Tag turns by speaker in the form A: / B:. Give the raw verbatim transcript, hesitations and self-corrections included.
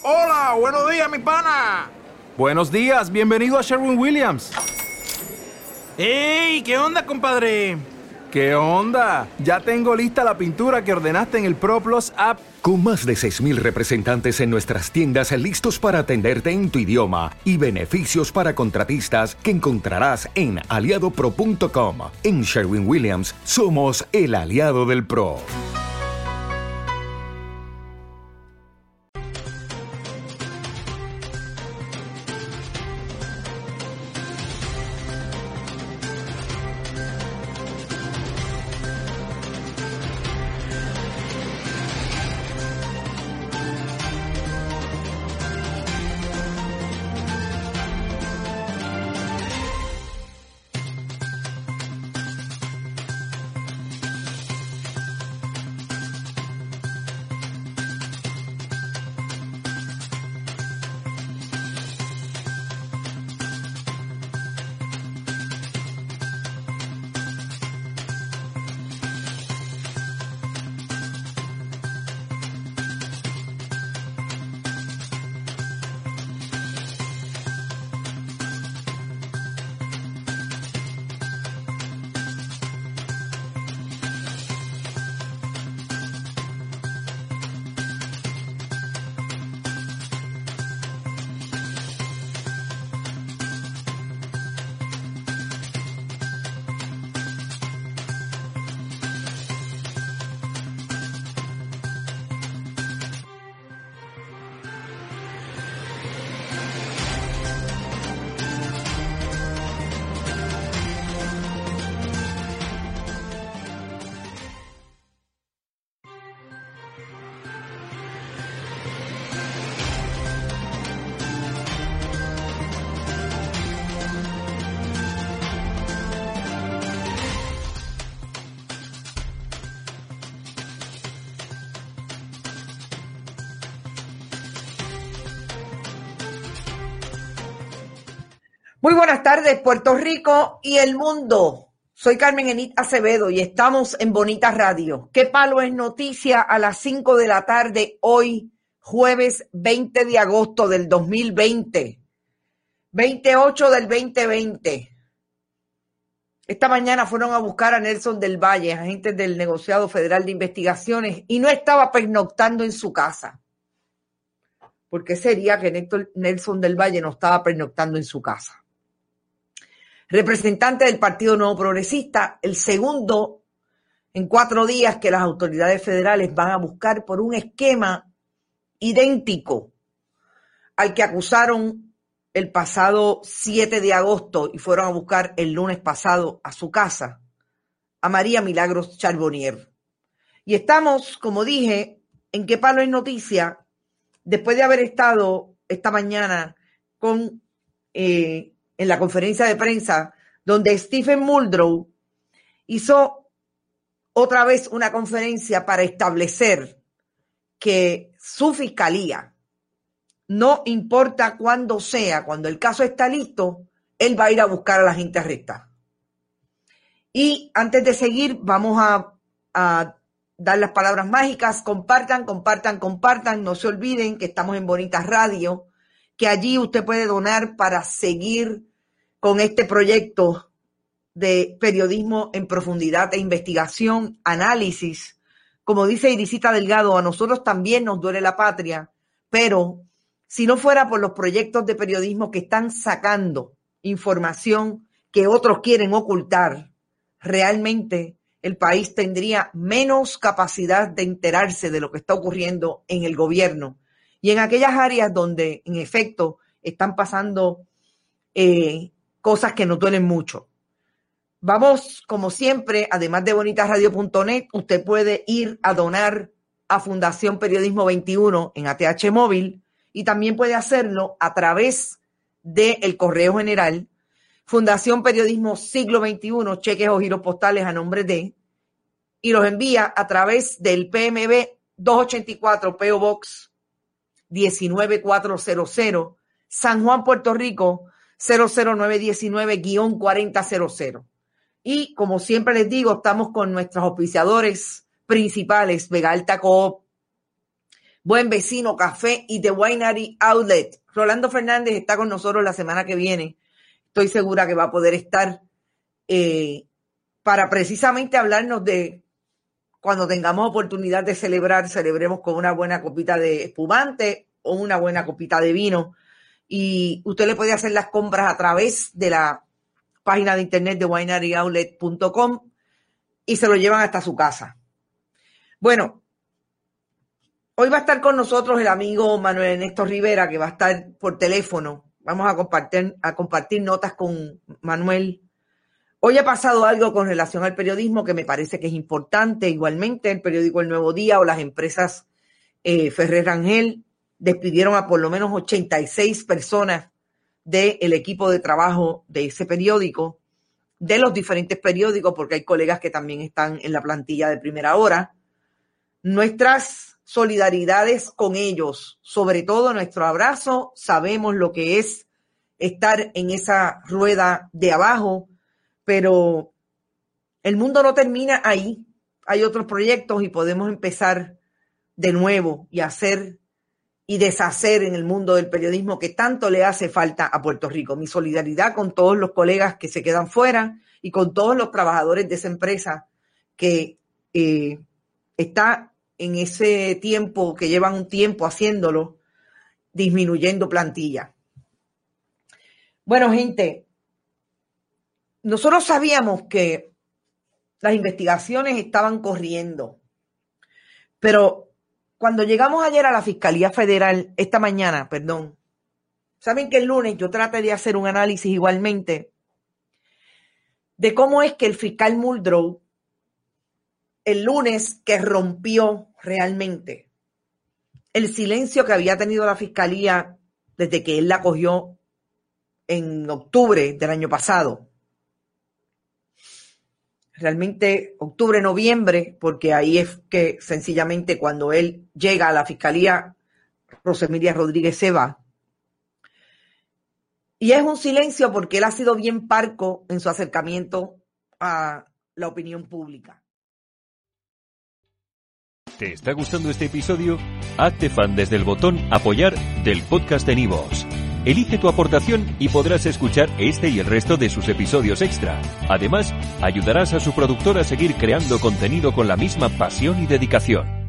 A: Hola, buenos días, mi pana.
B: Buenos días, bienvenido a Sherwin-Williams.
A: ¡Ey! ¿Qué onda, compadre?
B: ¿Qué onda? Ya tengo lista la pintura que ordenaste en el ProPlus app.
C: Con más de seis mil representantes en nuestras tiendas listos para atenderte en tu idioma y beneficios para contratistas que encontrarás en aliado pro punto com. En Sherwin-Williams somos el aliado del pro.
D: Muy buenas tardes, Puerto Rico y el mundo. Soy Carmen Enit Acevedo y estamos en Bonita Radio. ¿Qué palo es noticia? A las cinco de la tarde, hoy, jueves veinte de agosto del dos mil veinte. veintiocho del veinte veinte. Esta mañana fueron a buscar a Nelson del Valle, agentes del Negociado Federal de Investigaciones, y no estaba pernoctando en su casa. ¿Por qué sería que Nelson del Valle no estaba pernoctando en su casa? Representante del Partido Nuevo Progresista, el segundo en cuatro días que las autoridades federales van a buscar por un esquema idéntico al que acusaron el pasado siete de agosto y fueron a buscar el lunes pasado a su casa, a María Milagros Charbonnier. Y estamos, como dije, en Qué Palo es Noticia, después de haber estado esta mañana con... Eh, en la conferencia de prensa, donde Stephen Muldrow hizo otra vez una conferencia para establecer que su fiscalía, no importa cuándo sea, cuando el caso está listo, él va a ir a buscar a la gente arrestada. Y antes de seguir, vamos a, a dar las palabras mágicas. Compartan, compartan, compartan. No se olviden que estamos en Bonita Radio, que allí usted puede donar para seguir con este proyecto de periodismo en profundidad e investigación, análisis. Como dice Irisita Delgado, a nosotros también nos duele la patria, pero si no fuera por los proyectos de periodismo que están sacando información que otros quieren ocultar, realmente el país tendría menos capacidad de enterarse de lo que está ocurriendo en el gobierno y en aquellas áreas donde, en efecto, están pasando eh, cosas que nos duelen mucho. Vamos, como siempre, además de bonita radio punto net, usted puede ir a donar a Fundación Periodismo veintiuno en A T H Móvil y también puede hacerlo a través del Correo General, Fundación Periodismo Siglo veintiuno, cheques o giros postales a nombre de, y los envía a través del P M B doscientos ochenta y cuatro P O Box diecinueve mil cuatrocientos, San Juan, Puerto Rico, cero cero nueve uno nueve cuarenta cero cero. Y como siempre les digo, estamos con nuestros auspiciadores principales, Vega Alta Coop, Buen Vecino Café y The Winery Outlet. Rolando Fernández está con nosotros la semana que viene. Estoy segura que va a poder estar eh, para precisamente hablarnos de cuando tengamos oportunidad de celebrar, celebremos con una buena copita de espumante o una buena copita de vino. Y usted le puede hacer las compras a través de la página de internet de winery outlet punto com y se lo llevan hasta su casa. Bueno, hoy va a estar con nosotros el amigo Manuel Ernesto Rivera, que va a estar por teléfono. Vamos a compartir, a compartir notas con Manuel. Hoy ha pasado algo con relación al periodismo que me parece que es importante. Igualmente, el periódico El Nuevo Día o las empresas eh, Ferrer Rangel despidieron a por lo menos ochenta y seis personas del equipo de trabajo de ese periódico, de los diferentes periódicos, porque hay colegas que también están en la plantilla de Primera Hora. Nuestras solidaridades con ellos, sobre todo nuestro abrazo. Sabemos lo que es estar en esa rueda de abajo, pero el mundo no termina ahí. Hay otros proyectos y podemos empezar de nuevo y hacer y deshacer en el mundo del periodismo que tanto le hace falta a Puerto Rico. Mi solidaridad con todos los colegas que se quedan fuera y con todos los trabajadores de esa empresa que eh, está en ese tiempo, que llevan un tiempo haciéndolo, disminuyendo plantilla. Bueno, gente, nosotros sabíamos que las investigaciones estaban corriendo, pero cuando llegamos ayer a la Fiscalía Federal, esta mañana, perdón, saben que el lunes yo traté de hacer un análisis igualmente de cómo es que el fiscal Muldrow, el lunes que rompió realmente el silencio que había tenido la Fiscalía desde que él la cogió en octubre del año pasado. Realmente octubre, noviembre, porque ahí es que sencillamente cuando él llega a la Fiscalía, Rosemilia Rodríguez se va. Y es un silencio porque él ha sido bien parco en su acercamiento a la opinión pública.
E: ¿Te está gustando este episodio? Hazte fan desde el botón Apoyar del podcast de Nivos. Elige tu aportación y podrás escuchar este y el resto de sus episodios extra. Además, ayudarás a su productor a seguir creando contenido con la misma pasión y dedicación.